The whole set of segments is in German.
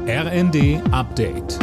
RND Update.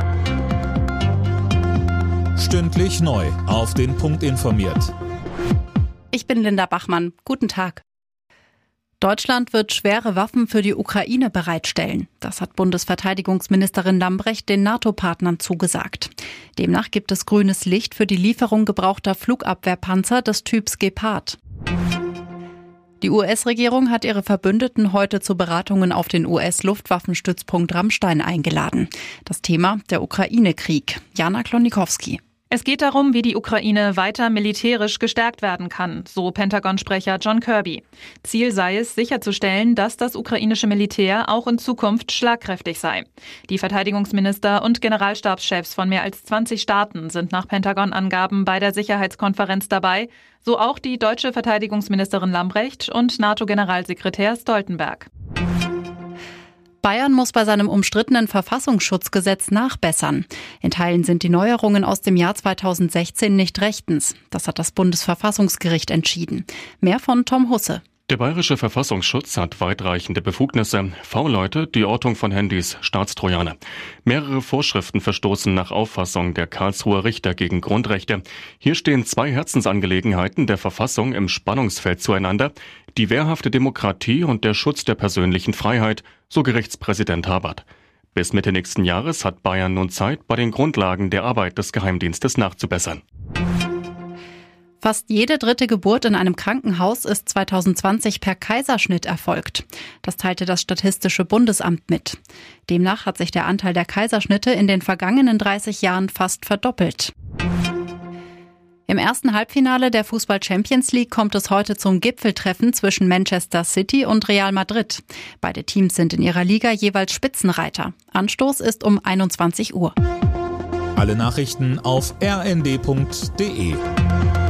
Stündlich neu auf den Punkt informiert. Ich bin Linda Bachmann. Guten Tag. Deutschland wird schwere Waffen für die Ukraine bereitstellen. Das hat Bundesverteidigungsministerin Lambrecht den NATO-Partnern zugesagt. Demnach gibt es grünes Licht für die Lieferung gebrauchter Flugabwehrpanzer des Typs Gepard. Die US-Regierung hat ihre Verbündeten heute zu Beratungen auf den US-Luftwaffenstützpunkt Ramstein eingeladen. Das Thema: der Ukraine-Krieg. Jana Klonikowski. Es geht darum, wie die Ukraine weiter militärisch gestärkt werden kann, so Pentagon-Sprecher John Kirby. Ziel sei es, sicherzustellen, dass das ukrainische Militär auch in Zukunft schlagkräftig sei. Die Verteidigungsminister und Generalstabschefs von mehr als 20 Staaten sind nach Pentagon-Angaben bei der Sicherheitskonferenz dabei, so auch die deutsche Verteidigungsministerin Lambrecht und NATO-Generalsekretär Stoltenberg. Bayern muss bei seinem umstrittenen Verfassungsschutzgesetz nachbessern. In Teilen sind die Neuerungen aus dem Jahr 2016 nicht rechtens. Das hat das Bundesverfassungsgericht entschieden. Mehr von Tom Husse. Der bayerische Verfassungsschutz hat weitreichende Befugnisse. V-Leute, die Ortung von Handys, Staatstrojaner. Mehrere Vorschriften verstoßen nach Auffassung der Karlsruher Richter gegen Grundrechte. Hier stehen zwei Herzensangelegenheiten der Verfassung im Spannungsfeld zueinander: die wehrhafte Demokratie und der Schutz der persönlichen Freiheit, so Gerichtspräsident Habert. Bis Mitte nächsten Jahres hat Bayern nun Zeit, bei den Grundlagen der Arbeit des Geheimdienstes nachzubessern. Fast jede dritte Geburt in einem Krankenhaus ist 2020 per Kaiserschnitt erfolgt. Das teilte das Statistische Bundesamt mit. Demnach hat sich der Anteil der Kaiserschnitte in den vergangenen 30 Jahren fast verdoppelt. Im ersten Halbfinale der Fußball-Champions League kommt es heute zum Gipfeltreffen zwischen Manchester City und Real Madrid. Beide Teams sind in ihrer Liga jeweils Spitzenreiter. Anstoß ist um 21 Uhr. Alle Nachrichten auf rnd.de.